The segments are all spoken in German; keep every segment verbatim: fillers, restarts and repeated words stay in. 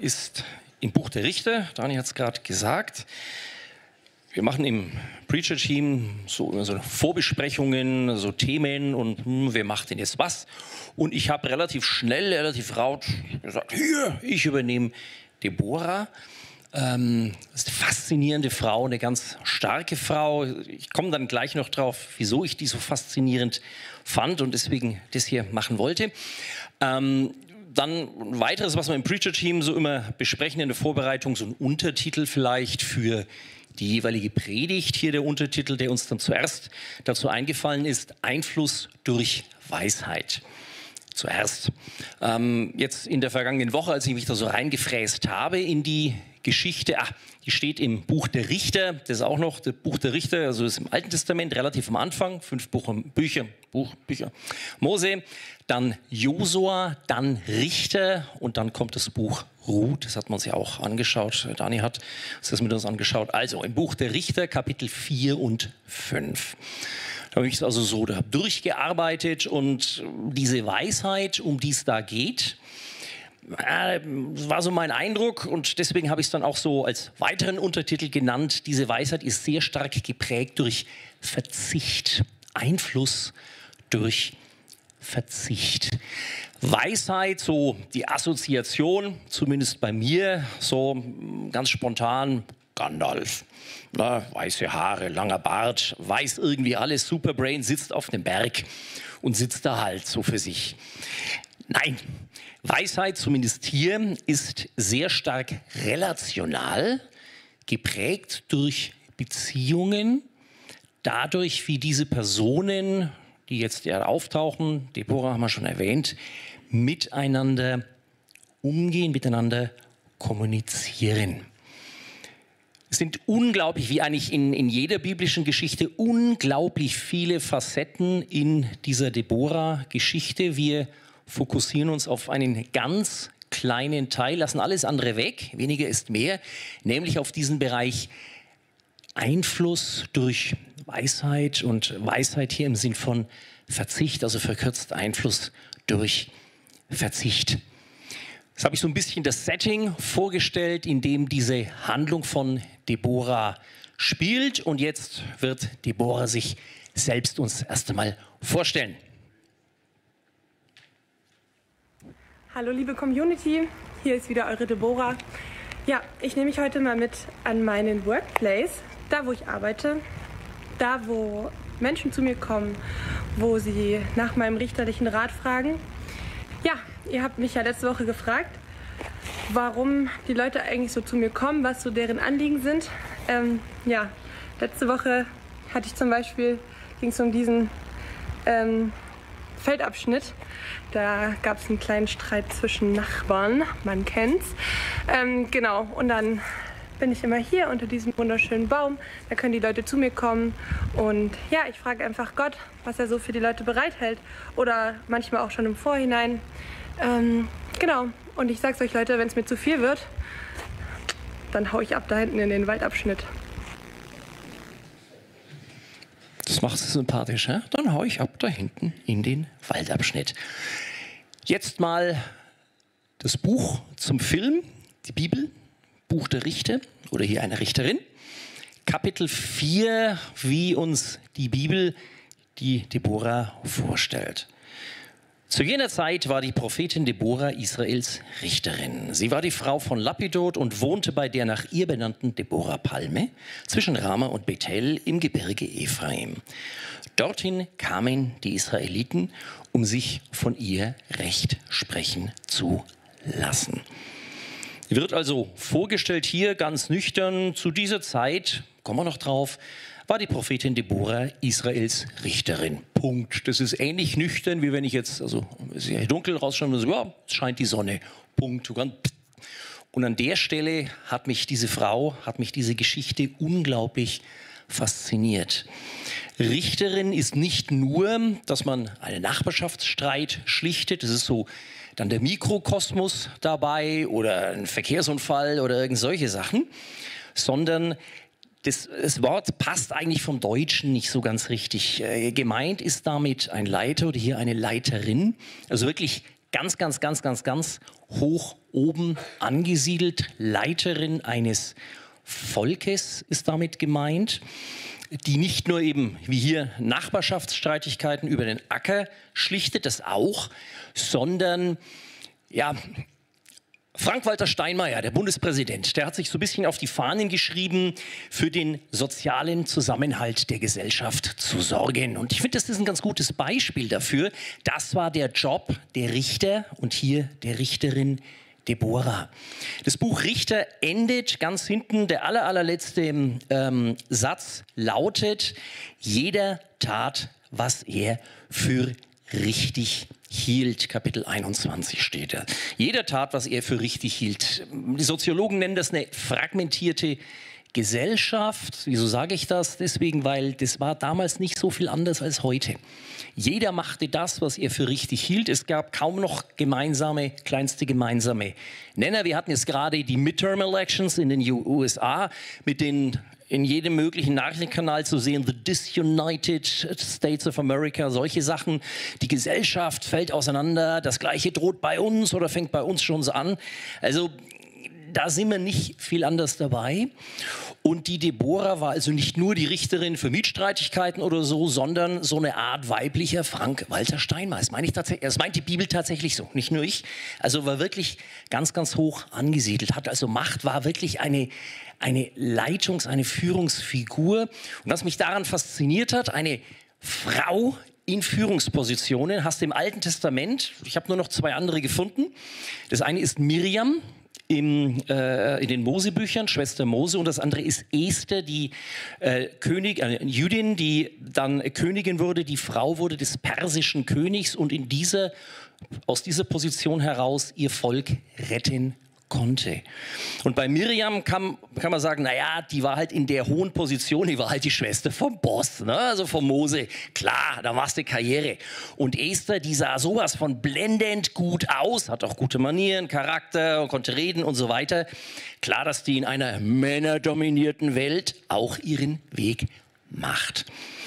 ist im Buch der Richter, Dani hat es gerade gesagt. Wir machen im Preacher-Team so, so Vorbesprechungen, so Themen und hm, wer macht denn jetzt was? Und ich habe relativ schnell, relativ laut gesagt, hier, ich übernehme Deborah. Ähm, das ist eine faszinierende Frau, eine ganz starke Frau. Ich komme dann gleich noch drauf, wieso ich die so faszinierend fand und deswegen das hier machen wollte. Ähm, Dann ein weiteres, was wir im Preacher-Team so immer besprechen in der Vorbereitung, so ein Untertitel vielleicht für die jeweilige Predigt. Hier der Untertitel, der uns dann zuerst dazu eingefallen ist, Einfluss durch Weisheit. Zuerst. Ähm, jetzt in der vergangenen Woche, als ich mich da so reingefräst habe in die Geschichte, ah, die steht im Buch der Richter, das ist auch noch das Buch der Richter, also das ist im Alten Testament, relativ am Anfang, fünf Buch, Bücher, Buch, Bücher, Mose, dann Josua, dann Richter und dann kommt das Buch Ruth, das hat man sich auch angeschaut, Dani hat das mit uns angeschaut. Also im Buch der Richter, Kapitel vier und fünf. Da habe ich es also so da durchgearbeitet und diese Weisheit, um die es da geht, das war so mein Eindruck und deswegen habe ich es dann auch so als weiteren Untertitel genannt. Diese Weisheit ist sehr stark geprägt durch Verzicht, Einfluss durch Verzicht. Weisheit, so die Assoziation, zumindest bei mir, so ganz spontan, Gandalf. Na, weiße Haare, langer Bart, weiß irgendwie alles, Superbrain, sitzt auf einem Berg und sitzt da halt so für sich. Nein, Weisheit, zumindest hier, ist sehr stark relational, geprägt durch Beziehungen, dadurch, wie diese Personen, die jetzt ja auftauchen, Deborah haben wir schon erwähnt, miteinander umgehen, miteinander kommunizieren. Es sind unglaublich, wie eigentlich in, in jeder biblischen Geschichte, unglaublich viele Facetten in dieser Deborah-Geschichte. Wir fokussieren uns auf einen ganz kleinen Teil, lassen alles andere weg, weniger ist mehr, nämlich auf diesen Bereich Einfluss durch Weisheit und Weisheit hier im Sinn von Verzicht, also verkürzt Einfluss durch Verzicht. Jetzt habe ich so ein bisschen das Setting vorgestellt, in dem diese Handlung von Deborah spielt und jetzt wird Deborah sich selbst uns erst einmal vorstellen. Hallo liebe Community, hier ist wieder eure Deborah. Ja, ich nehme mich heute mal mit an meinen Workplace, da wo ich arbeite, da wo Menschen zu mir kommen, wo sie nach meinem richterlichen Rat fragen. Ja, ihr habt mich ja letzte Woche gefragt, warum die Leute eigentlich so zu mir kommen, was so deren Anliegen sind. Ähm, ja, letzte Woche hatte ich zum Beispiel, ging es um diesen ähm, Feldabschnitt. Da gab es einen kleinen Streit zwischen Nachbarn, man kennt's. Ähm, genau, und dann bin ich immer hier unter diesem wunderschönen Baum. Da können die Leute zu mir kommen und ja, ich frage einfach Gott, was er so für die Leute bereithält oder manchmal auch schon im Vorhinein. Ähm, genau, und ich sag's euch Leute, wenn es mir zu viel wird, dann hau ich ab da hinten in den Waldabschnitt. Das macht es sympathisch, ja? Dann hau ich ab da hinten in den Waldabschnitt. Jetzt mal das Buch zum Film, die Bibel, Buch der Richter oder hier eine Richterin. Kapitel vier, wie uns die Bibel die Deborah vorstellt. Zu jener Zeit war die Prophetin Deborah Israels Richterin. Sie war die Frau von Lapidot und wohnte bei der nach ihr benannten Deborah-Palme zwischen Rama und Bethel im Gebirge Ephraim. Dorthin kamen die Israeliten, um sich von ihr Recht sprechen zu lassen. Sie wird also vorgestellt hier ganz nüchtern, zu dieser Zeit, kommen wir noch drauf, war die Prophetin Deborah Israels Richterin. Punkt. Das ist ähnlich nüchtern, wie wenn ich jetzt, also es ist ja dunkel rausschaue und so, ja, es scheint die Sonne. Punkt. Und an der Stelle hat mich diese Frau, hat mich diese Geschichte unglaublich fasziniert. Richterin ist nicht nur, dass man einen Nachbarschaftsstreit schlichtet, das ist so dann der Mikrokosmos dabei oder ein Verkehrsunfall oder irgend solche Sachen, sondern das, das Wort passt eigentlich vom Deutschen nicht so ganz richtig. Äh, gemeint ist damit ein Leiter oder hier eine Leiterin, also wirklich ganz, ganz, ganz, ganz, ganz hoch oben angesiedelt. Leiterin eines Volkes ist damit gemeint, die nicht nur eben wie hier Nachbarschaftsstreitigkeiten über den Acker schlichtet, das auch, sondern ja, Frank-Walter Steinmeier, der Bundespräsident, der hat sich so ein bisschen auf die Fahnen geschrieben, für den sozialen Zusammenhalt der Gesellschaft zu sorgen. Und ich finde, das ist ein ganz gutes Beispiel dafür. Das war der Job der Richter und hier der Richterin Deborah. Das Buch Richter endet ganz hinten, der aller, allerletzte ähm, Satz lautet: Jeder tat, was er für richtig hielt. Kapitel einundzwanzig steht da. Jeder tat, was er für richtig hielt. Die Soziologen nennen das eine fragmentierte Gesellschaft. Wieso sage ich das? Deswegen, weil das war damals nicht so viel anders als heute. Jeder machte das, was er für richtig hielt. Es gab kaum noch gemeinsame, kleinste gemeinsame Nenner. Wir hatten jetzt gerade die Midterm Elections in den U S A mit den in jedem möglichen Nachrichtenkanal zu sehen, the Disunited States of America, solche Sachen. Die Gesellschaft fällt auseinander, das Gleiche droht bei uns oder fängt bei uns schon so an. Also da sind wir nicht viel anders dabei. Und die Deborah war also nicht nur die Richterin für Mietstreitigkeiten oder so, sondern so eine Art weiblicher Frank-Walter Steinmeier. Das meine ich tatsächlich, das meint die Bibel tatsächlich so, nicht nur ich. Also war wirklich ganz, ganz hoch angesiedelt, hat also Macht, war wirklich eine, eine Leitungs-, eine Führungsfigur. Und was mich daran fasziniert hat, eine Frau in Führungspositionen, hast du im Alten Testament, ich habe nur noch zwei andere gefunden. Das eine ist Miriam, Im, äh, in den Mosebüchern, Schwester Mose, und das andere ist Esther, die äh, König, äh, Jüdin, die dann äh, Königin wurde, die Frau wurde des persischen Königs und in dieser, aus dieser Position heraus ihr Volk retten konnte. Und bei Miriam kann, kann man sagen, naja, die war halt in der hohen Position, die war halt die Schwester vom Boss, ne? Also vom Mose. Klar, da machst du Karriere. Und Esther, die sah sowas von blendend gut aus, hat auch gute Manieren, Charakter, konnte reden und so weiter. Klar, dass die in einer männerdominierten Welt auch ihren Weg macht.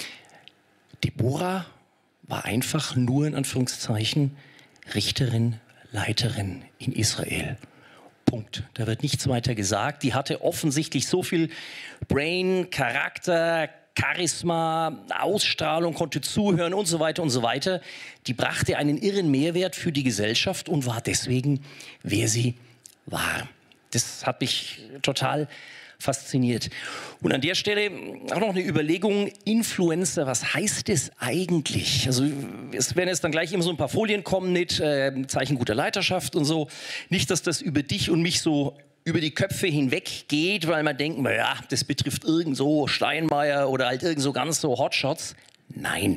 Deborah war einfach nur in Anführungszeichen Richterin, Leiterin in Israel. Punkt. Da wird nichts weiter gesagt. Die hatte offensichtlich so viel Brain, Charakter, Charisma, Ausstrahlung, konnte zuhören und so weiter und so weiter. Die brachte einen irren Mehrwert für die Gesellschaft und war deswegen, wer sie war. Das hat mich total fasziniert. Und an der Stelle auch noch eine Überlegung, Influencer, was heißt das eigentlich? Also es werden jetzt dann gleich eben so ein paar Folien kommen mit äh, Zeichen guter Leiterschaft und so. Nicht, dass das über dich und mich so über die Köpfe hinweg geht, weil man denkt, naja, das betrifft irgend so Steinmeier oder halt irgend so ganz so Hotshots. Nein.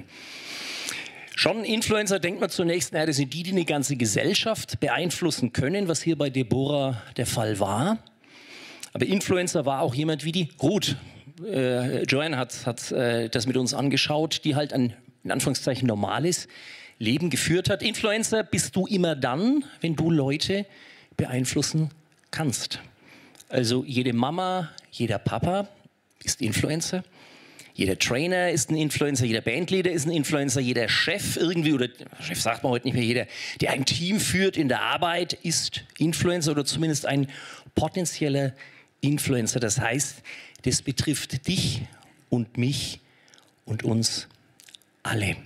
Schon Influencer denkt man zunächst, naja, das sind die, die eine ganze Gesellschaft beeinflussen können, was hier bei Deborah der Fall war. Aber Influencer war auch jemand wie die Ruth. Äh, Joanne hat, hat äh, das mit uns angeschaut, die halt ein, in Anführungszeichen, normales Leben geführt hat. Influencer bist du immer dann, wenn du Leute beeinflussen kannst. Also jede Mama, jeder Papa ist Influencer. Jeder Trainer ist ein Influencer, jeder Bandleader ist ein Influencer, jeder Chef irgendwie, oder Chef sagt man heute nicht mehr, jeder, der ein Team führt in der Arbeit, ist Influencer oder zumindest ein potenzieller Influencer. Das heißt, das betrifft dich und mich und uns alle.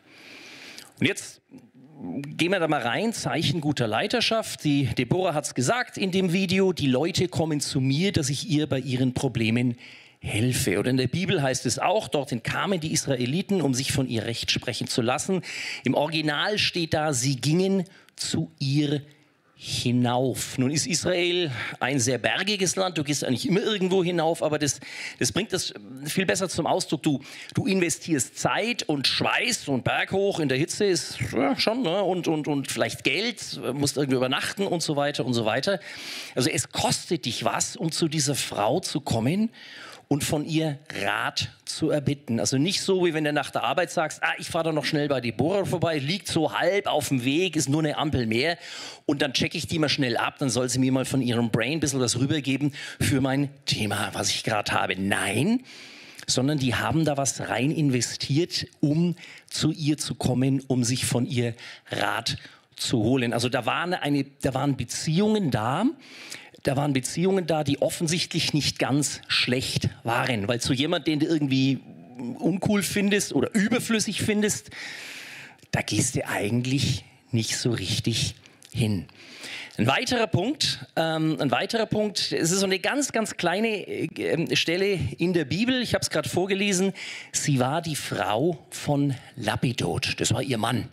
Und jetzt gehen wir da mal rein, Zeichen guter Leiterschaft. Die Deborah hat es gesagt in dem Video, die Leute kommen zu mir, dass ich ihr bei ihren Problemen helfe. Oder in der Bibel heißt es auch, dorthin kamen die Israeliten, um sich von ihr Recht sprechen zu lassen. Im Original steht da, sie gingen zu ihr hinauf. Nun ist Israel ein sehr bergiges Land, du gehst eigentlich immer irgendwo hinauf, aber das, das bringt das viel besser zum Ausdruck. Du, du investierst Zeit und Schweiß und berghoch in der Hitze ist ja, schon, ne? und, und, und vielleicht Geld, musst irgendwie übernachten und so weiter und so weiter. Also es kostet dich was, um zu dieser Frau zu kommen und von ihr Rat zu erbitten. Also nicht so, wie wenn du nach der Arbeit sagst, ah, ich fahre da noch schnell bei Deborah vorbei, liegt so halb auf dem Weg, ist nur eine Ampel mehr und dann checke ich die mal schnell ab, dann soll sie mir mal von ihrem Brain ein bisschen was rübergeben für mein Thema, was ich gerade habe. Nein, sondern die haben da was rein investiert, um zu ihr zu kommen, um sich von ihr Rat zu holen. Also da waren, eine, da waren Beziehungen da, da waren Beziehungen da, die offensichtlich nicht ganz schlecht waren. Weil zu jemand, den du irgendwie uncool findest oder überflüssig findest, da gehst du eigentlich nicht so richtig hin. Ein weiterer Punkt, ähm, ein weiterer Punkt, es ist so eine ganz, ganz kleine äh, Stelle in der Bibel, ich habe es gerade vorgelesen, sie war die Frau von Lapidot, das war ihr Mann.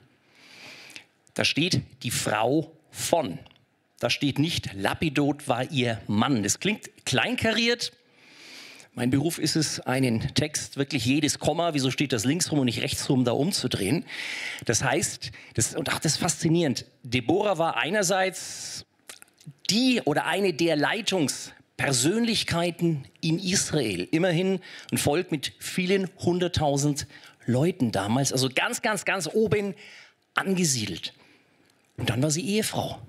Da steht die Frau von, da steht nicht Lapidot war ihr Mann. Das klingt kleinkariert. Mein Beruf ist es, einen Text, wirklich jedes Komma, wieso steht das links rum und nicht rechts rum, da umzudrehen. Das heißt, das, und ach, das ist faszinierend, Deborah war einerseits die oder eine der Leitungspersönlichkeiten in Israel. Immerhin ein Volk mit vielen hunderttausend Leuten damals, also ganz, ganz, ganz oben angesiedelt. Und dann war sie Ehefrau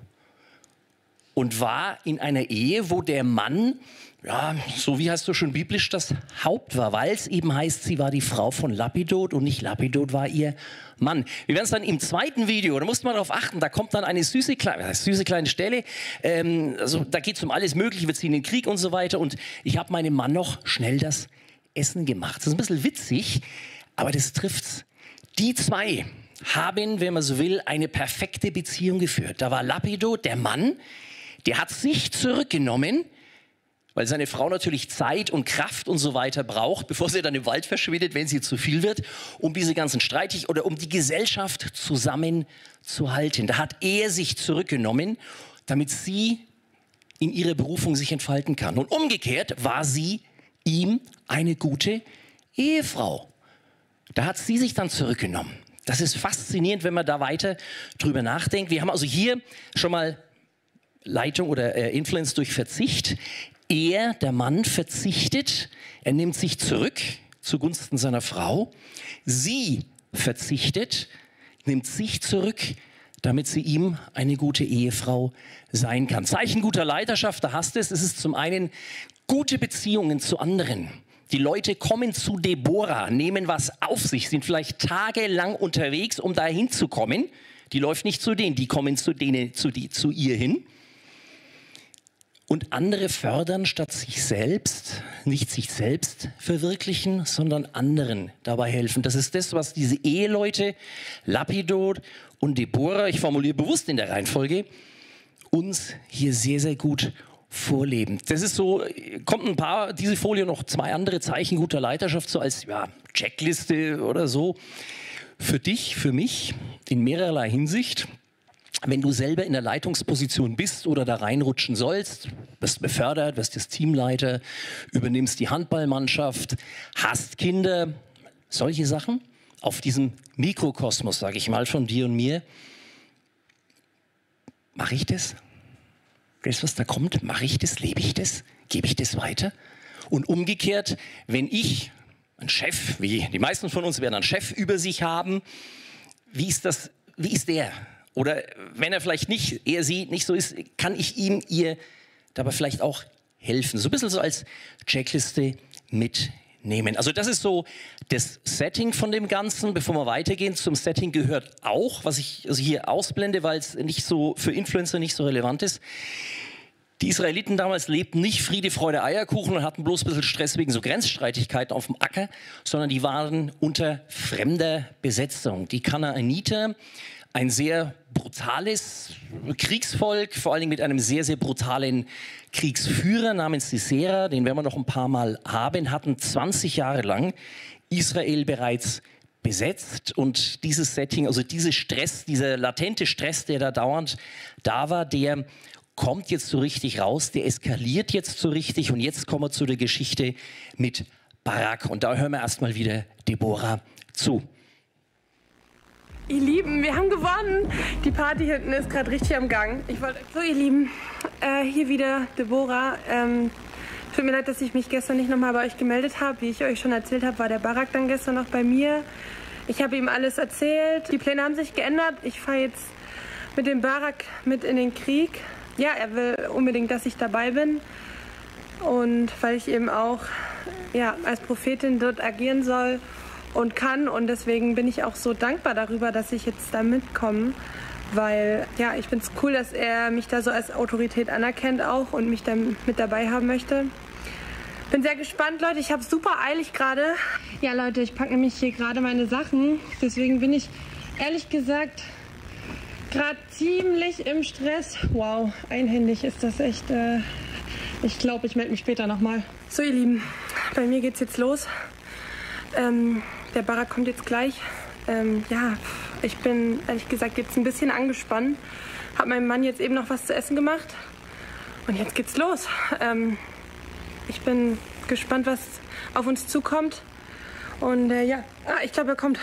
und war in einer Ehe, wo der Mann, ja, so wie heißt so schön biblisch, das Haupt war, weil es eben heißt, sie war die Frau von Lapidot und nicht Lapidot war ihr Mann. Wir werden es dann im zweiten Video, da musst man darauf achten, da kommt dann eine süße, kleine, süße kleine Stelle, ähm, also da geht es um alles Mögliche, wir ziehen in den Krieg und so weiter und ich habe meinem Mann noch schnell das Essen gemacht. Das ist ein bisschen witzig, aber das trifft's. Die zwei haben, wenn man so will, eine perfekte Beziehung geführt. Da war Lapidot, der Mann, der hat sich zurückgenommen, weil seine Frau natürlich Zeit und Kraft und so weiter braucht, bevor sie dann im Wald verschwindet, wenn sie zu viel wird, um diese ganzen Streitig oder um die Gesellschaft zusammenzuhalten. Da hat er sich zurückgenommen, damit sie in ihrer Berufung sich entfalten kann. Und umgekehrt war sie ihm eine gute Ehefrau. Da hat sie sich dann zurückgenommen. Das ist faszinierend, wenn man da weiter drüber nachdenkt. Wir haben also hier schon mal Leitung oder äh, Influence durch Verzicht. Er, der Mann, verzichtet, er nimmt sich zurück zugunsten seiner Frau. Sie verzichtet, nimmt sich zurück, damit sie ihm eine gute Ehefrau sein kann. Zeichen guter Leiterschaft, da hast du es. Es ist zum einen gute Beziehungen zu anderen. Die Leute kommen zu Deborah, nehmen was auf sich, sind vielleicht tagelang unterwegs, um da hinzukommen. Die läuft nicht zu denen, die kommen zu denen, zu, die, zu ihr hin. Und andere fördern statt sich selbst, nicht sich selbst verwirklichen, sondern anderen dabei helfen. Das ist das, was diese Eheleute, Lapidot und Deborah, ich formuliere bewusst in der Reihenfolge, uns hier sehr, sehr gut vorleben. Das ist so, kommt ein paar, diese Folie noch zwei andere Zeichen guter Leiterschaft, so als ja, Checkliste oder so. Für dich, für mich, in mehrerlei Hinsicht. Wenn du selber in der Leitungsposition bist oder da reinrutschen sollst, wirst befördert, wirst jetzt Teamleiter, übernimmst die Handballmannschaft, hast Kinder, solche Sachen, auf diesem Mikrokosmos, sage ich mal, von dir und mir, mache ich das? Das, was da kommt, mache ich das, lebe ich das, gebe ich das weiter? Und umgekehrt, wenn ich, ein Chef, wie die meisten von uns werden einen Chef über sich haben, wie ist das, wie ist der? Oder wenn er vielleicht nicht, er sie nicht so ist, kann ich ihm, ihr dabei vielleicht auch helfen. So ein bisschen so als Checkliste mitnehmen. Also das ist so das Setting von dem Ganzen. Bevor wir weitergehen, zum Setting gehört auch, was ich also hier ausblende, weil es nicht so für Influencer nicht so relevant ist. Die Israeliten damals lebten nicht Friede, Freude, Eierkuchen und hatten bloß ein bisschen Stress wegen so Grenzstreitigkeiten auf dem Acker, sondern die waren unter fremder Besetzung. Die Kanaaniter, ein sehr brutales Kriegsvolk, vor allen Dingen mit einem sehr, sehr brutalen Kriegsführer namens Sisera, den werden wir noch ein paar Mal haben, hatten zwanzig Jahre lang Israel bereits besetzt. Und dieses Setting, also dieser Stress, dieser latente Stress, der da dauernd da war, der kommt jetzt so richtig raus, der eskaliert jetzt so richtig. Und jetzt kommen wir zu der Geschichte mit Barak. Und da hören wir erstmal wieder Deborah zu. Ihr Lieben, wir haben gewonnen. Die Party hinten ist gerade richtig am Gang. Ich wollte so, ihr Lieben, äh, hier wieder Deborah. Ähm, tut mir leid, dass ich mich gestern nicht nochmal bei euch gemeldet habe. Wie ich euch schon erzählt habe, war der Barak dann gestern noch bei mir. Ich habe ihm alles erzählt. Die Pläne haben sich geändert. Ich fahre jetzt mit dem Barak mit in den Krieg. Ja, er will unbedingt, dass ich dabei bin. Und weil ich eben auch ja, als Prophetin dort agieren soll und kann, und deswegen bin ich auch so dankbar darüber, dass ich jetzt da mitkomme, weil ja, ich finde es cool, dass er mich da so als Autorität anerkennt auch und mich dann mit dabei haben möchte. Bin sehr gespannt, Leute. Ich habe super eilig gerade. Ja, Leute, ich packe nämlich hier gerade meine Sachen. Deswegen bin ich ehrlich gesagt gerade ziemlich im Stress. Wow, einhändig ist das echt. Äh, ich glaube, ich melde mich später nochmal. So, ihr Lieben, bei mir geht's jetzt los. Ähm, der Barak kommt jetzt gleich. Ähm, ja, ich bin ehrlich gesagt jetzt ein bisschen angespannt. Hab meinem Mann jetzt eben noch was zu essen gemacht. Und jetzt geht's los. Ähm, ich bin gespannt, was auf uns zukommt. Und äh, ja, ah, ich glaube, er kommt.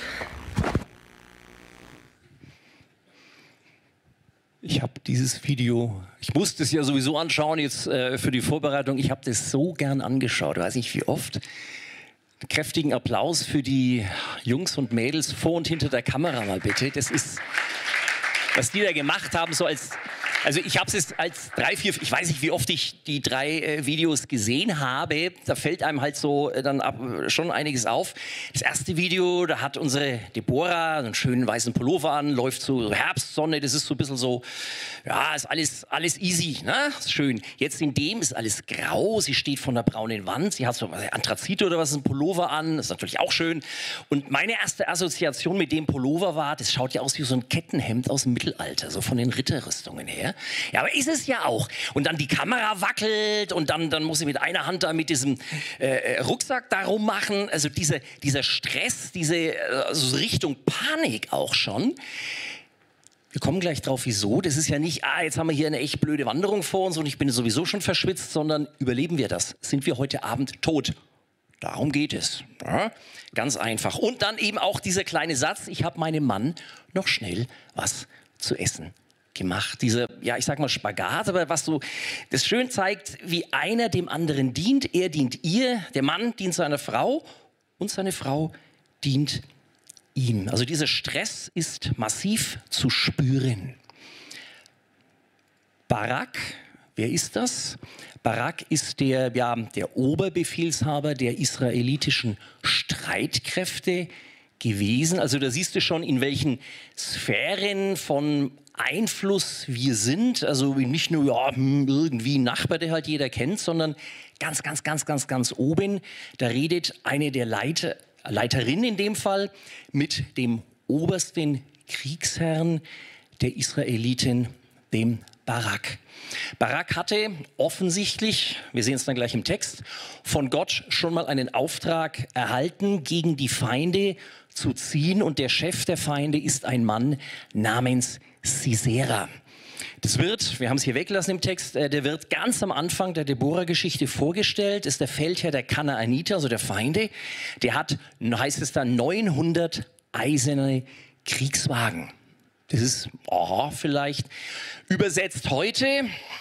Ich habe dieses Video, ich musste es ja sowieso anschauen jetzt äh, für die Vorbereitung. Ich habe das so gern angeschaut, ich weiß nicht wie oft. Kräftigen Applaus für die Jungs und Mädels vor und hinter der Kamera mal bitte. Das ist, was die da gemacht haben, so als... Also ich habe es als drei, vier, ich weiß nicht, wie oft ich die drei äh, Videos gesehen habe. Da fällt einem halt so äh, dann ab, schon einiges auf. Das erste Video, da hat unsere Deborah einen schönen weißen Pullover an, läuft so Herbstsonne, das ist so ein bisschen so, ja, ist alles, alles easy, ne? Ist schön. Jetzt in dem ist alles grau, sie steht vor einer braunen Wand, sie hat so Anthrazit oder was, ein Pullover an, das ist natürlich auch schön. Und meine erste Assoziation mit dem Pullover war, das schaut ja aus wie so ein Kettenhemd aus dem Mittelalter, so von den Ritterrüstungen her. Ja, aber ist es ja auch. Und dann die Kamera wackelt und dann, dann muss sie mit einer Hand da mit diesem äh, Rucksack da rummachen. Also diese, dieser Stress, diese also Richtung Panik auch schon. Wir kommen gleich drauf, wieso. Das ist ja nicht, ah, jetzt haben wir hier eine echt blöde Wanderung vor uns und ich bin sowieso schon verschwitzt, sondern überleben wir das? Sind wir heute Abend tot? Darum geht es. Ja, ganz einfach. Und dann eben auch dieser kleine Satz, ich habe meinem Mann noch schnell was zu essen gemacht. Diese, ja, ich sag mal Spagat, aber was so das schön zeigt, wie einer dem anderen dient. Er dient ihr, der Mann dient seiner Frau und seine Frau dient ihm. Also dieser Stress ist massiv zu spüren. Barak, wer ist das? Barak ist der, ja, der Oberbefehlshaber der israelitischen Streitkräfte gewesen. Also da siehst du schon, in welchen Sphären von Einfluss wir sind. Also nicht nur ja, irgendwie ein Nachbar, der halt jeder kennt, sondern ganz, ganz, ganz, ganz, ganz oben. Da redet eine der Leiter, Leiterin in dem Fall mit dem obersten Kriegsherrn der Israeliten, dem Barak. Barak hatte offensichtlich, wir sehen es dann gleich im Text, von Gott schon mal einen Auftrag erhalten, gegen die Feinde zu ziehen. Und der Chef der Feinde ist ein Mann namens Sisera. Das wird, wir haben es hier weggelassen im Text, der wird ganz am Anfang der Deborah-Geschichte vorgestellt, ist der Feldherr der Kanaaniter, also der Feinde. Der hat, heißt es dann, neunhundert eiserne Kriegswagen. Das ist, oh, vielleicht übersetzt heute,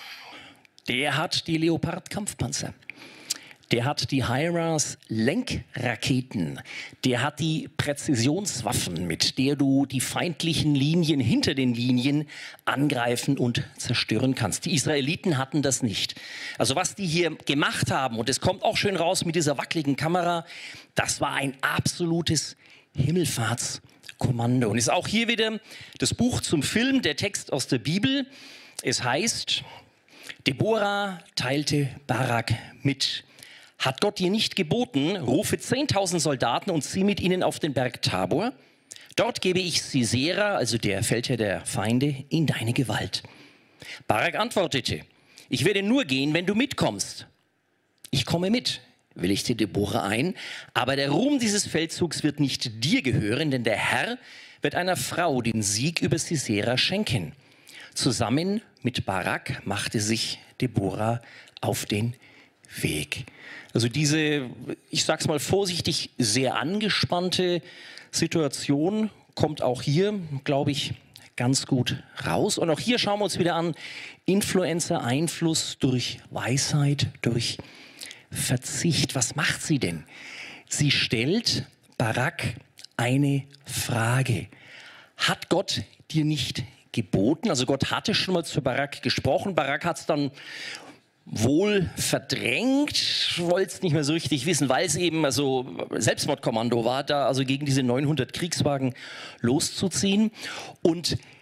der hat die Leopard-Kampfpanzer. Der hat die HIMARS-Lenkraketen. Der hat die Präzisionswaffen, mit der du die feindlichen Linien hinter den Linien angreifen und zerstören kannst. Die Israeliten hatten das nicht. Also was die hier gemacht haben, und es kommt auch schön raus mit dieser wackeligen Kamera, das war ein absolutes Himmelfahrtskommando. Und ist auch hier wieder das Buch zum Film, der Text aus der Bibel. Es heißt, Deborah teilte Barak mit. Hat Gott dir nicht geboten, rufe zehntausend Soldaten und zieh mit ihnen auf den Berg Tabor? Dort gebe ich Sisera, also der Feldherr der Feinde, in deine Gewalt. Barak antwortete, ich werde nur gehen, wenn du mitkommst. Ich komme mit, willigte Deborah ein, aber der Ruhm dieses Feldzugs wird nicht dir gehören, denn der Herr wird einer Frau den Sieg über Sisera schenken. Zusammen mit Barak machte sich Deborah auf den Weg. Also diese, ich sag's mal vorsichtig, sehr angespannte Situation kommt auch hier, glaube ich, ganz gut raus. Und auch hier schauen wir uns wieder an, Influencer, Einfluss durch Weisheit, durch Verzicht. Was macht sie denn? Sie stellt Barak eine Frage. Hat Gott dir nicht geboten? Also Gott hatte schon mal zu Barak gesprochen. Barak hat es dann wohl verdrängt, wollte es nicht mehr so richtig wissen, weil es eben also Selbstmordkommando war, da also gegen diese neunhundert Kriegswagen loszuziehen. Und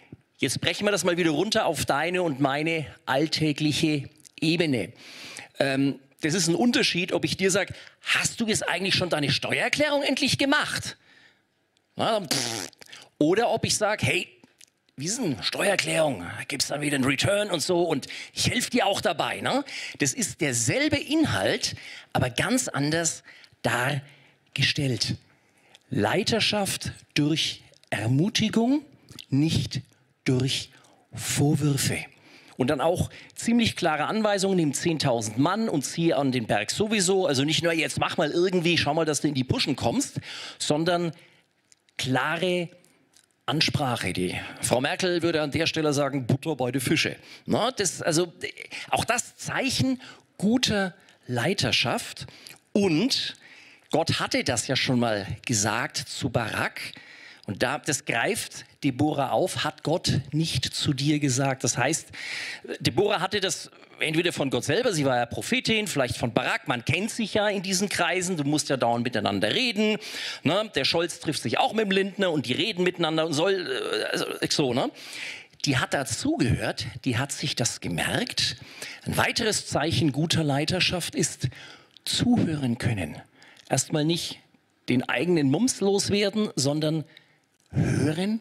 Jetzt brechen wir das mal wieder runter auf deine und meine alltägliche Ebene. Ähm, das ist ein Unterschied, ob ich dir sage, hast du jetzt eigentlich schon deine Steuererklärung endlich gemacht? Na, pff. Oder ob ich sage, hey, wie ist denn Steuererklärung? Da gibt es dann wieder einen Return und so und ich helfe dir auch dabei. Ne? Das ist derselbe Inhalt, aber ganz anders dargestellt. Leiterschaft durch Ermutigung, nicht durch Vorwürfe. Und dann auch ziemlich klare Anweisungen, nimm zehntausend Mann und ziehe an den Berg sowieso. Also nicht nur jetzt mach mal irgendwie, schau mal, dass du in die Puschen kommst, sondern klare Ansprache. Die Frau Merkel würde an der Stelle sagen, Butter bei den Fische. Na, das, also, auch das Zeichen guter Leiterschaft. Und Gott hatte das ja schon mal gesagt zu Barak. Und da, das greift Deborah auf, hat Gott nicht zu dir gesagt. Das heißt, Deborah hatte das entweder von Gott selber, sie war ja Prophetin, vielleicht von Barak, man kennt sich ja in diesen Kreisen, du musst ja dauernd miteinander reden. Ne? Der Scholz trifft sich auch mit dem Lindner und die reden miteinander und soll, also, so, ne? Die hat dazugehört, die hat sich das gemerkt. Ein weiteres Zeichen guter Leiterschaft ist zuhören können. Erstmal nicht den eigenen Mums loswerden, sondern hören.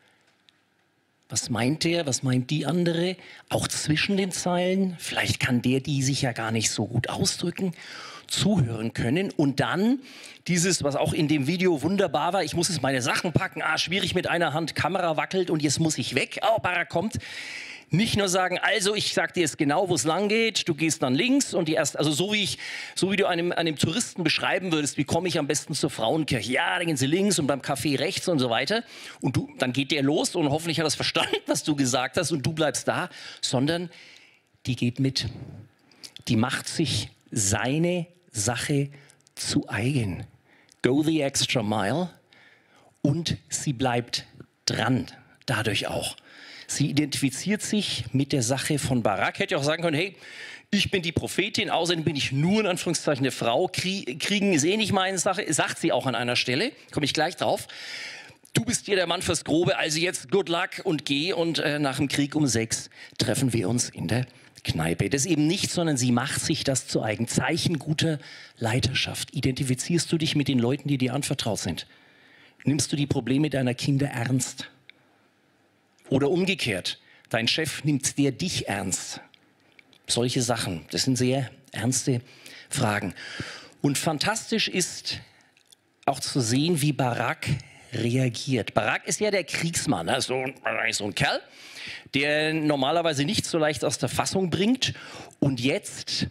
Was meint der, was meint die andere? Auch zwischen den Zeilen. Vielleicht kann der, die sich ja gar nicht so gut ausdrücken, zuhören können. Und dann dieses, was auch in dem Video wunderbar war, ich muss jetzt meine Sachen packen, ah, schwierig mit einer Hand, Kamera wackelt und jetzt muss ich weg, oh, Barak kommt. Nicht nur sagen, also ich sag dir jetzt genau, wo es lang geht, du gehst dann links und die erst, also so wie ich, so wie du einem, einem Touristen beschreiben würdest, wie komme ich am besten zur Frauenkirche? Ja, dann gehen sie links und beim Café rechts und so weiter. Und du, dann geht der los und hoffentlich hat er es verstanden, was du gesagt hast und du bleibst da, sondern die geht mit. Die macht sich seine Sache zu eigen. Go the extra mile und sie bleibt dran, dadurch auch. Sie identifiziert sich mit der Sache von Barak. Hätte auch sagen können, hey, ich bin die Prophetin, außerdem bin ich nur in Anführungszeichen eine Frau. Kriegen ist eh nicht meine Sache, sagt sie auch an einer Stelle, komme ich gleich drauf. Du bist hier der Mann fürs Grobe, also jetzt good luck und geh und äh, nach dem Krieg um sechs treffen wir uns in der Kneipe. Das eben nicht, sondern sie macht sich das zu eigen. Zeichen guter Leiterschaft. Identifizierst du dich mit den Leuten, die dir anvertraut sind? Nimmst du die Probleme deiner Kinder ernst? Oder umgekehrt, dein Chef nimmt der dich ernst. Solche Sachen, das sind sehr ernste Fragen. Und fantastisch ist auch zu sehen, wie Barak reagiert. Barak ist ja der Kriegsmann, ne? so, so ein Kerl, der normalerweise nicht so leicht aus der Fassung bringt. Und jetzt,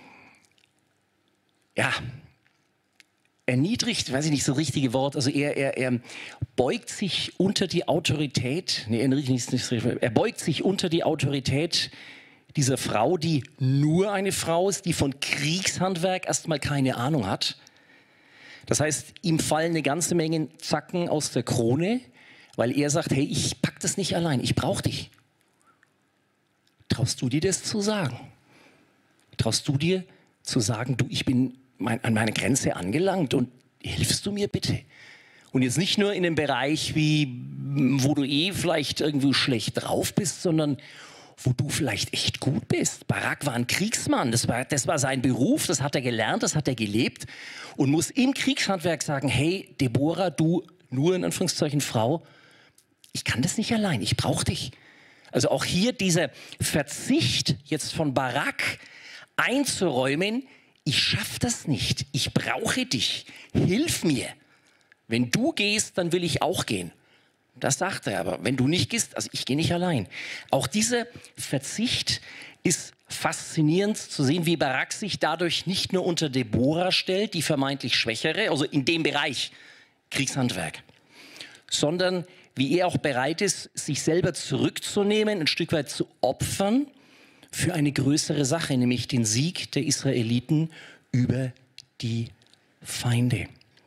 ja, erniedrigt, weiß ich nicht, so das richtige Wort, also er, er, er beugt sich unter die Autorität, nee, nicht, nicht, er beugt sich unter die Autorität dieser Frau, die nur eine Frau ist, die von Kriegshandwerk erstmal keine Ahnung hat. Das heißt, ihm fallen eine ganze Menge Zacken aus der Krone, weil er sagt, hey, ich pack das nicht allein, ich brauche dich. Traust du dir das zu sagen? Traust du dir zu sagen, du, ich bin mein, an meine Grenze angelangt und hilfst du mir bitte? Und jetzt nicht nur in dem Bereich, wie, wo du eh vielleicht irgendwie schlecht drauf bist, sondern wo du vielleicht echt gut bist. Barak war ein Kriegsmann, das war, das war sein Beruf, das hat er gelernt, das hat er gelebt und muss im Kriegshandwerk sagen, hey, Deborah, du, nur in Anführungszeichen Frau, ich kann das nicht allein, ich brauche dich. Also auch hier dieser Verzicht jetzt von Barak einzuräumen, ich schaffe das nicht, ich brauche dich, hilf mir. Wenn du gehst, dann will ich auch gehen. Das sagt er aber, wenn du nicht gehst, also ich gehe nicht allein. Auch dieser Verzicht ist faszinierend zu sehen, wie Barak sich dadurch nicht nur unter Deborah stellt, die vermeintlich Schwächere, also in dem Bereich Kriegshandwerk, sondern wie er auch bereit ist, sich selber zurückzunehmen, ein Stück weit zu opfern für eine größere Sache, nämlich den Sieg der Israeliten über die Feinde.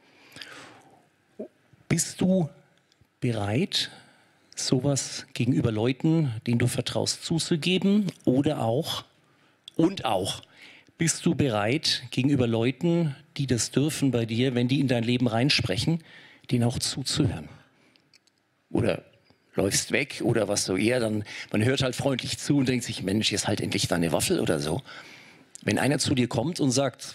Bist du bereit, sowas gegenüber Leuten, denen du vertraust, zuzugeben? Oder auch, und auch, bist du bereit, gegenüber Leuten, die das dürfen bei dir, wenn die in dein Leben reinsprechen, denen auch zuzuhören? Oder läufst weg oder was so eher, dann man hört halt freundlich zu und denkt sich, Mensch, jetzt halt endlich deine Waffel oder so. Wenn einer zu dir kommt und sagt,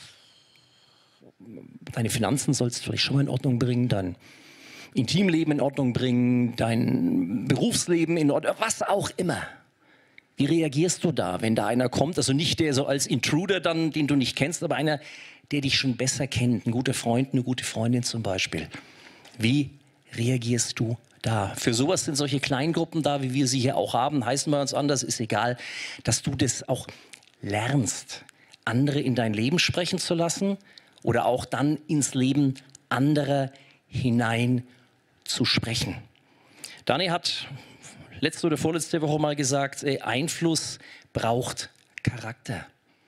deine Finanzen sollst du vielleicht schon mal in Ordnung bringen, dein Intimleben in Ordnung bringen, dein Berufsleben in Ordnung, was auch immer. Wie reagierst du da, wenn da einer kommt? Also nicht der so als Intruder dann, den du nicht kennst, aber einer, der dich schon besser kennt, ein guter Freund, eine gute Freundin zum Beispiel. Wie reagierst du da? Für sowas sind solche Kleingruppen da, wie wir sie hier auch haben, heißen wir uns anders, ist egal, dass du das auch lernst, andere in dein Leben sprechen zu lassen oder auch dann ins Leben anderer hinein zu sprechen. Dani hat letzte oder vorletzte Woche mal gesagt, ey, Einfluss braucht Charakter.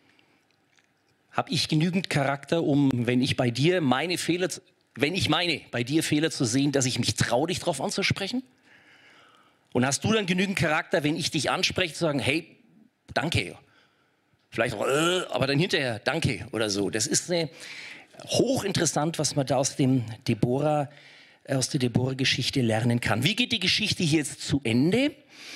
Habe ich genügend Charakter, um, wenn ich bei dir meine Fehler, wenn ich meine, bei dir Fehler zu sehen, dass ich mich traue, dich darauf anzusprechen? Und hast du dann genügend Charakter, wenn ich dich anspreche, zu sagen, hey, danke. Vielleicht auch, äh, aber dann hinterher, danke oder so. Das ist eine, hochinteressant, was man da aus dem Deborah aus der Deborah-Geschichte lernen kann. Wie geht die Geschichte hier jetzt zu Ende?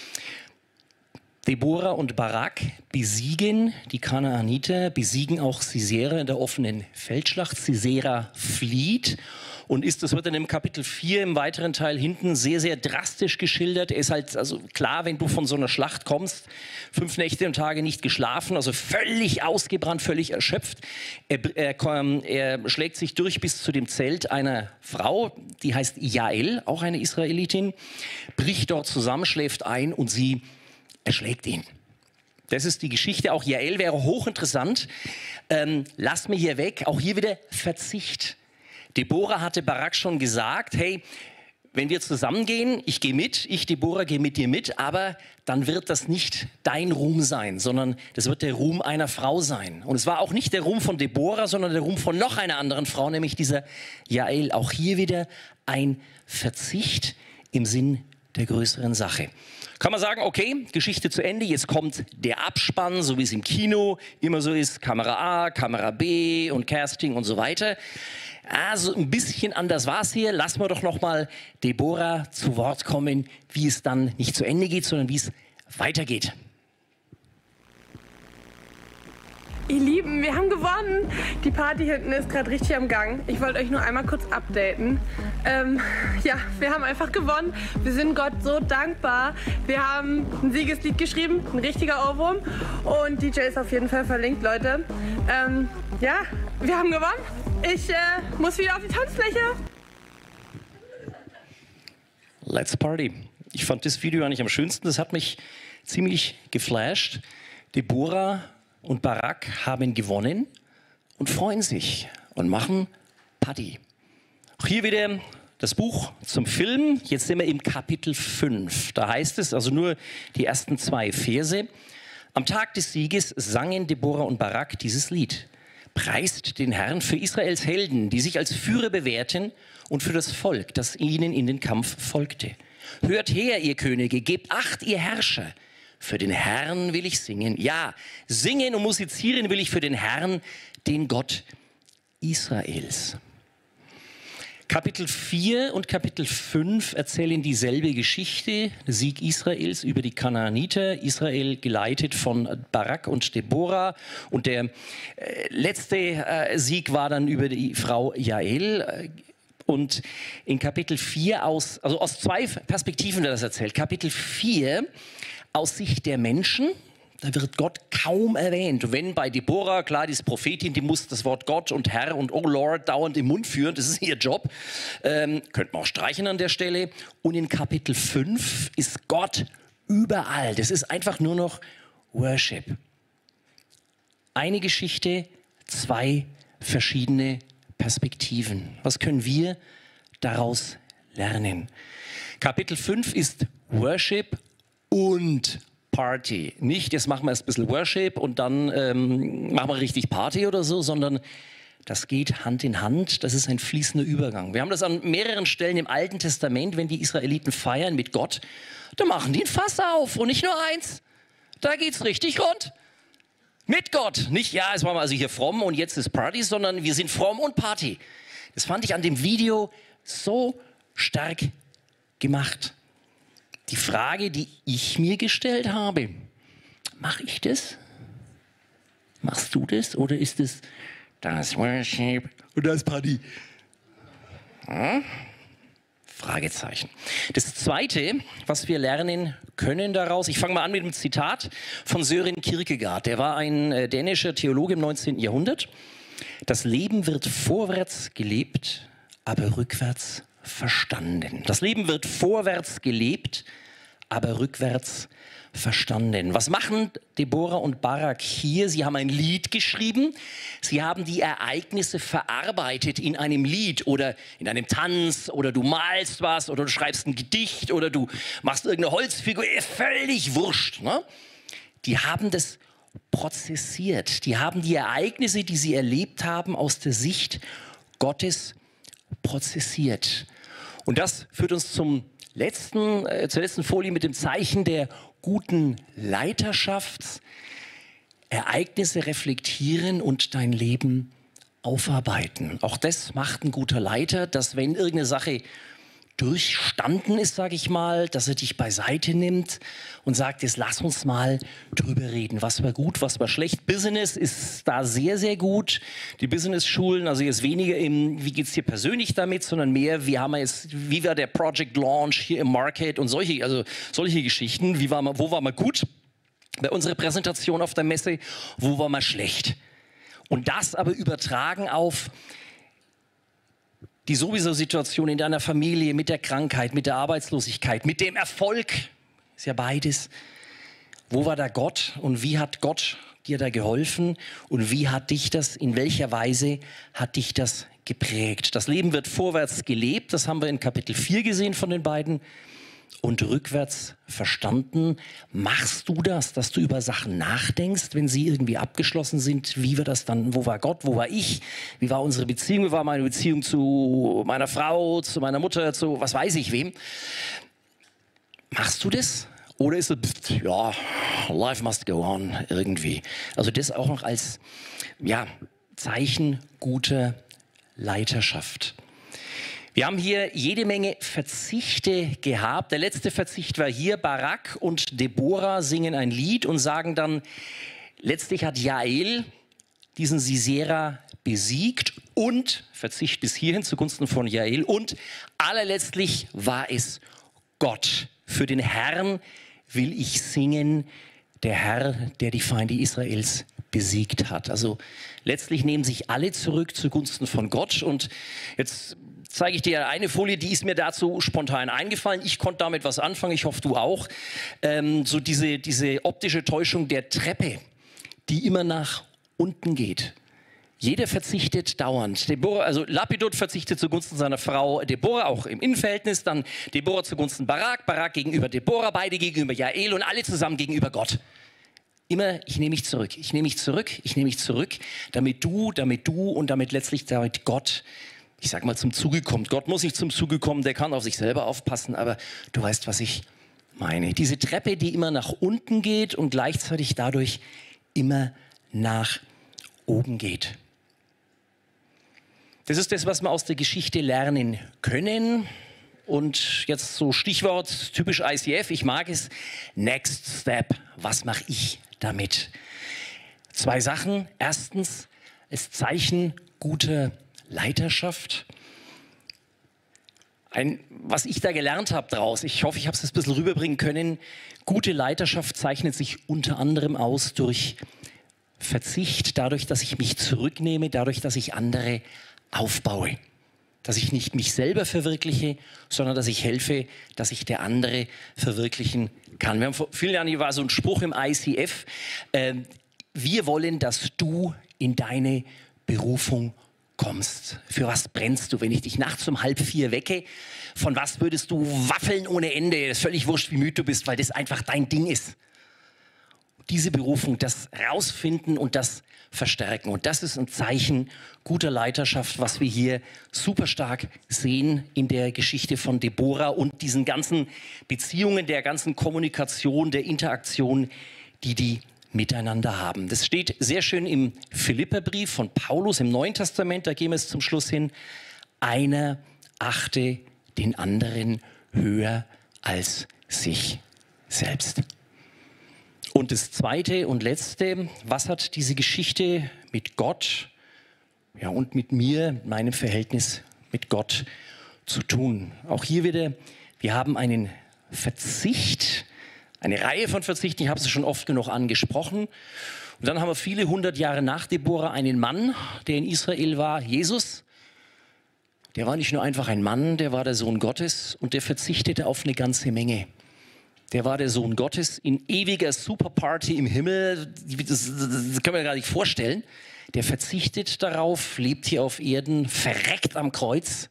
Deborah und Barak besiegen die Kanaaniter, besiegen auch Sisera in der offenen Feldschlacht. Sisera flieht und ist, das wird dann im Kapitel vier im weiteren Teil hinten sehr, sehr drastisch geschildert. Er ist halt, also klar, wenn du von so einer Schlacht kommst, fünf Nächte und Tage nicht geschlafen, also völlig ausgebrannt, völlig erschöpft. Er, er, er schlägt sich durch bis zu dem Zelt einer Frau, die heißt Jael, auch eine Israelitin, bricht dort zusammen, schläft ein und sie erschlägt ihn. Das ist die Geschichte. Auch Jael wäre hochinteressant. Ähm, lass mir hier weg. Auch hier wieder Verzicht. Deborah hatte Barak schon gesagt, hey, wenn wir zusammengehen, ich gehe mit, ich, Deborah, gehe mit dir mit, aber dann wird das nicht dein Ruhm sein, sondern das wird der Ruhm einer Frau sein. Und es war auch nicht der Ruhm von Deborah, sondern der Ruhm von noch einer anderen Frau, nämlich dieser Jael. Auch hier wieder ein Verzicht im Sinn der größeren Sache. Kann man sagen, okay, Geschichte zu Ende, jetzt kommt der Abspann, so wie es im Kino immer so ist, Kamera A, Kamera B und Casting und so weiter. Also ein bisschen anders war es hier. Lassen wir doch noch mal Deborah zu Wort kommen, wie es dann nicht zu Ende geht, sondern wie es weitergeht. Ihr Lieben, wir haben gewonnen. Die Party hinten ist gerade richtig am Gang. Ich wollte euch nur einmal kurz updaten. Ähm, ja, wir haben einfach gewonnen. Wir sind Gott so dankbar. Wir haben ein Siegeslied geschrieben, ein richtiger Ohrwurm. Und D J ist auf jeden Fall verlinkt, Leute. Ähm, ja, wir haben gewonnen. Ich äh, muss wieder auf die Tanzfläche. Let's party. Ich fand das Video eigentlich am schönsten. Das hat mich ziemlich geflasht. Deborah und Barak haben gewonnen und freuen sich und machen Party. Auch hier wieder das Buch zum Film. Jetzt sind wir im Kapitel fünf. Da heißt es, also nur die ersten zwei Verse. Am Tag des Sieges sangen Deborah und Barak dieses Lied. Preist den Herrn für Israels Helden, die sich als Führer bewährten und für das Volk, das ihnen in den Kampf folgte. Hört her, ihr Könige, gebt Acht, ihr Herrscher. Für den Herrn will ich singen. Ja, singen und musizieren will ich für den Herrn, den Gott Israels. Kapitel vier und Kapitel fünf erzählen dieselbe Geschichte, der Sieg Israels über die Kanaaniter, Israel geleitet von Barak und Deborah. Und der äh, letzte äh, Sieg war dann über die Frau Jael. Und in Kapitel vier, aus, also aus zwei Perspektiven wird das erzählt. Kapitel vier aus Sicht der Menschen, da wird Gott kaum erwähnt. Wenn bei Deborah, klar, die ist Prophetin, die muss das Wort Gott und Herr und Oh Lord dauernd im Mund führen, das ist ihr Job. Ähm, könnte man auch streichen an der Stelle. Und in Kapitel fünf ist Gott überall. Das ist einfach nur noch Worship. Eine Geschichte, zwei verschiedene Perspektiven. Was können wir daraus lernen? Kapitel fünf ist Worship und Party. Nicht, jetzt machen wir erst ein bisschen Worship und dann ähm, machen wir richtig Party oder so, sondern das geht Hand in Hand. Das ist ein fließender Übergang. Wir haben das an mehreren Stellen im Alten Testament, wenn die Israeliten feiern mit Gott, da machen die ein Fass auf und nicht nur eins. Da geht's richtig rund. Mit Gott. Nicht, ja, jetzt waren wir also hier fromm und jetzt ist Party, sondern wir sind fromm und Party. Das fand ich an dem Video so stark gemacht. die Frage, die ich mir gestellt habe, mache ich das? Machst du das? Oder ist es das Worship und das Party? Hm? Fragezeichen. Das Zweite, was wir lernen können daraus, ich fange mal an mit einem Zitat von Søren Kierkegaard. Der war ein äh, dänischer Theologe im neunzehnten Jahrhundert. Das Leben wird vorwärts gelebt, aber rückwärts verstanden. Das Leben wird vorwärts gelebt, aber rückwärts verstanden. Was machen Deborah und Barak hier? Sie haben ein Lied geschrieben. Sie haben die Ereignisse verarbeitet in einem Lied oder in einem Tanz oder du malst was oder du schreibst ein Gedicht oder du machst irgendeine Holzfigur. Völlig wurscht. Ne? Die haben das prozessiert. Die haben die Ereignisse, die sie erlebt haben, aus der Sicht Gottes prozessiert. Und das führt uns zum letzten, äh, zur letzten Folie mit dem Zeichen der guten Leiterschaft. Ereignisse reflektieren und dein Leben aufarbeiten. Auch das macht ein guter Leiter, dass wenn irgendeine Sache durchstanden ist, sage ich mal, dass er dich beiseite nimmt und sagt, jetzt lass uns mal drüber reden. Was war gut, was war schlecht. Business ist da sehr, sehr gut. Die Business-Schulen, also jetzt weniger im, wie geht es dir persönlich damit, sondern mehr, wie haben wir jetzt, wie war der Project Launch hier im Market und solche, also solche Geschichten. Wie war man, wo war man gut? Bei unserer Präsentation auf der Messe, wo war man schlecht? Und das aber übertragen auf die sowieso Situation in deiner Familie, mit der Krankheit, mit der Arbeitslosigkeit, mit dem Erfolg, ist ja beides. Wo war da Gott und wie hat Gott dir da geholfen und wie hat dich das, in welcher Weise hat dich das geprägt? Das Leben wird vorwärts gelebt, das haben wir in Kapitel vier gesehen von den beiden, und rückwärts verstanden. Machst du das, dass du über Sachen nachdenkst, wenn sie irgendwie abgeschlossen sind? Wie war das dann? Wo war Gott? Wo war ich? Wie war unsere Beziehung? Wie war meine Beziehung zu meiner Frau, zu meiner Mutter, zu was weiß ich wem? Machst du das? Oder ist es, ja, life must go on irgendwie? Also das auch noch als ja, Zeichen guter Leiterschaft. Wir haben hier jede Menge Verzichte gehabt. Der letzte Verzicht war hier. Barak und Deborah singen ein Lied und sagen dann, letztlich hat Jael diesen Sisera besiegt und, Verzicht bis hierhin zugunsten von Jael, und allerletztlich war es Gott. Für den Herrn will ich singen, der Herr, der die Feinde Israels besiegt hat. Also letztlich nehmen sich alle zurück zugunsten von Gott. Und jetzt zeige ich dir eine Folie, die ist mir dazu spontan eingefallen. Ich konnte damit was anfangen, ich hoffe, du auch. Ähm, so diese, diese optische Täuschung der Treppe, die immer nach unten geht. Jeder verzichtet dauernd. Deborah, also Lapidot verzichtet zugunsten seiner Frau Deborah, auch im Innenverhältnis. Dann Deborah zugunsten Barak, Barak gegenüber Deborah, beide gegenüber Jael und alle zusammen gegenüber Gott. Immer, ich nehme mich zurück, ich nehme mich zurück, ich nehme mich zurück, damit du, damit du und damit letztlich damit Gott, ich sag mal, zum Zuge kommt. Gott muss nicht zum Zuge kommen, der kann auf sich selber aufpassen, aber du weißt, was ich meine. Diese Treppe, die immer nach unten geht und gleichzeitig dadurch immer nach oben geht. Das ist das, was wir aus der Geschichte lernen können. Und jetzt so Stichwort, typisch I C F, ich mag es, Next Step. Was mache ich damit? Zwei Sachen. Erstens, es Zeichen guter Leiterschaft. Ein, was ich da gelernt habe daraus, ich hoffe, ich habe es ein bisschen rüberbringen können, gute Leiterschaft zeichnet sich unter anderem aus durch Verzicht, dadurch, dass ich mich zurücknehme, dadurch, dass ich andere aufbaue. Dass ich nicht mich selber verwirkliche, sondern dass ich helfe, dass sich der andere verwirklichen kann. Wir haben vor vielen Jahren, hier war so ein Spruch im I C F, äh, wir wollen, dass du in deine Berufung kommst. Für was brennst du, wenn ich dich nachts um halb vier wecke? Von was würdest du waffeln ohne Ende? Das ist völlig wurscht, wie müde du bist, weil das einfach dein Ding ist. Diese Berufung, das rausfinden und das verstärken. Und das ist ein Zeichen guter Leiterschaft, was wir hier super stark sehen in der Geschichte von Deborah und diesen ganzen Beziehungen, der ganzen Kommunikation, der Interaktion, die die miteinander haben. Das steht sehr schön im Philipperbrief von Paulus im Neuen Testament, da gehen wir jetzt zum Schluss hin. Einer achte den anderen höher als sich selbst. Und das Zweite und Letzte, was hat diese Geschichte mit Gott, ja, und mit mir, meinem Verhältnis mit Gott zu tun? Auch hier wieder, wir haben einen Verzicht, eine Reihe von Verzichten, ich habe es schon oft genug angesprochen. Und dann haben wir viele hundert Jahre nach Deborah einen Mann, der in Israel war, Jesus. Der war nicht nur einfach ein Mann, der war der Sohn Gottes und der verzichtete auf eine ganze Menge. Der war der Sohn Gottes in ewiger Superparty im Himmel, das, das können wir gar nicht vorstellen. Der verzichtet darauf, lebt hier auf Erden, verreckt am Kreuz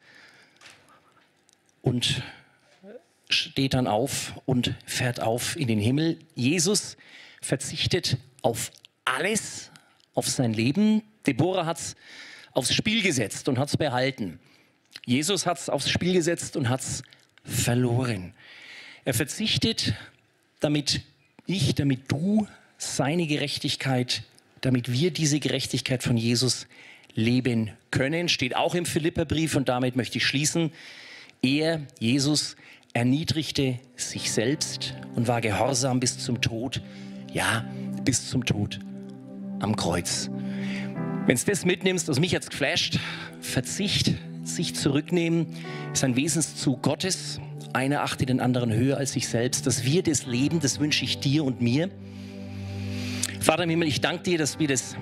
und steht dann auf und fährt auf in den Himmel. Jesus verzichtet auf alles, auf sein Leben. Deborah hat es aufs Spiel gesetzt und hat es behalten. Jesus hat es aufs Spiel gesetzt und hat es verloren. Er verzichtet, damit ich, damit du seine Gerechtigkeit, damit wir diese Gerechtigkeit von Jesus leben können. Steht auch im Philipperbrief und damit möchte ich schließen. Er, Jesus, erniedrigte sich selbst und war gehorsam bis zum Tod. Ja, bis zum Tod am Kreuz. Wenn du das mitnimmst, was mich jetzt geflasht, Verzicht, sich zurücknehmen, ist ein Wesenszug Gottes. Einer achtet den anderen höher als sich selbst. Dass wir das leben, das wünsche ich dir und mir. Vater im Himmel, ich danke dir, dass wir das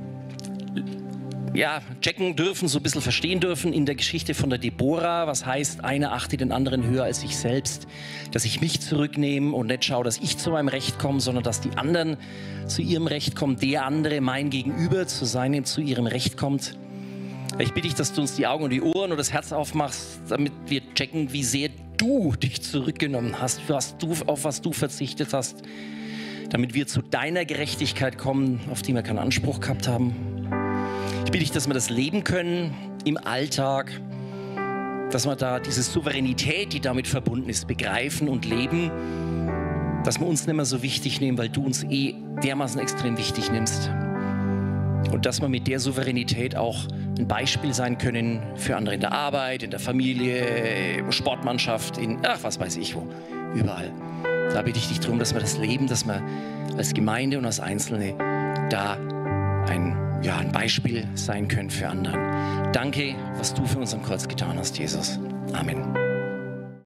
ja, checken dürfen, so ein bisschen verstehen dürfen in der Geschichte von der Deborah. Was heißt, einer achtet den anderen höher als sich selbst. Dass ich mich zurücknehme und nicht schaue, dass ich zu meinem Recht komme, sondern dass die anderen zu ihrem Recht kommen. Der andere, mein Gegenüber, zu seinem, zu ihrem Recht kommt. Ich bitte dich, dass du uns die Augen und die Ohren und das Herz aufmachst, damit wir checken, wie sehr du dich zurückgenommen hast, was du, auf was du verzichtet hast, damit wir zu deiner Gerechtigkeit kommen, auf die wir keinen Anspruch gehabt haben. Ich bitte dich, dass wir das leben können im Alltag, dass wir da diese Souveränität, die damit verbunden ist, begreifen und leben, dass wir uns nicht mehr so wichtig nehmen, weil du uns eh dermaßen extrem wichtig nimmst. Und dass wir mit der Souveränität auch ein Beispiel sein können für andere in der Arbeit, in der Familie, Sportmannschaft, in ach, was weiß ich wo, überall. Da bitte ich dich darum, dass wir das leben, dass wir als Gemeinde und als Einzelne da ein, ja, ein Beispiel sein können für andere. Danke, was du für uns am Kreuz getan hast, Jesus. Amen.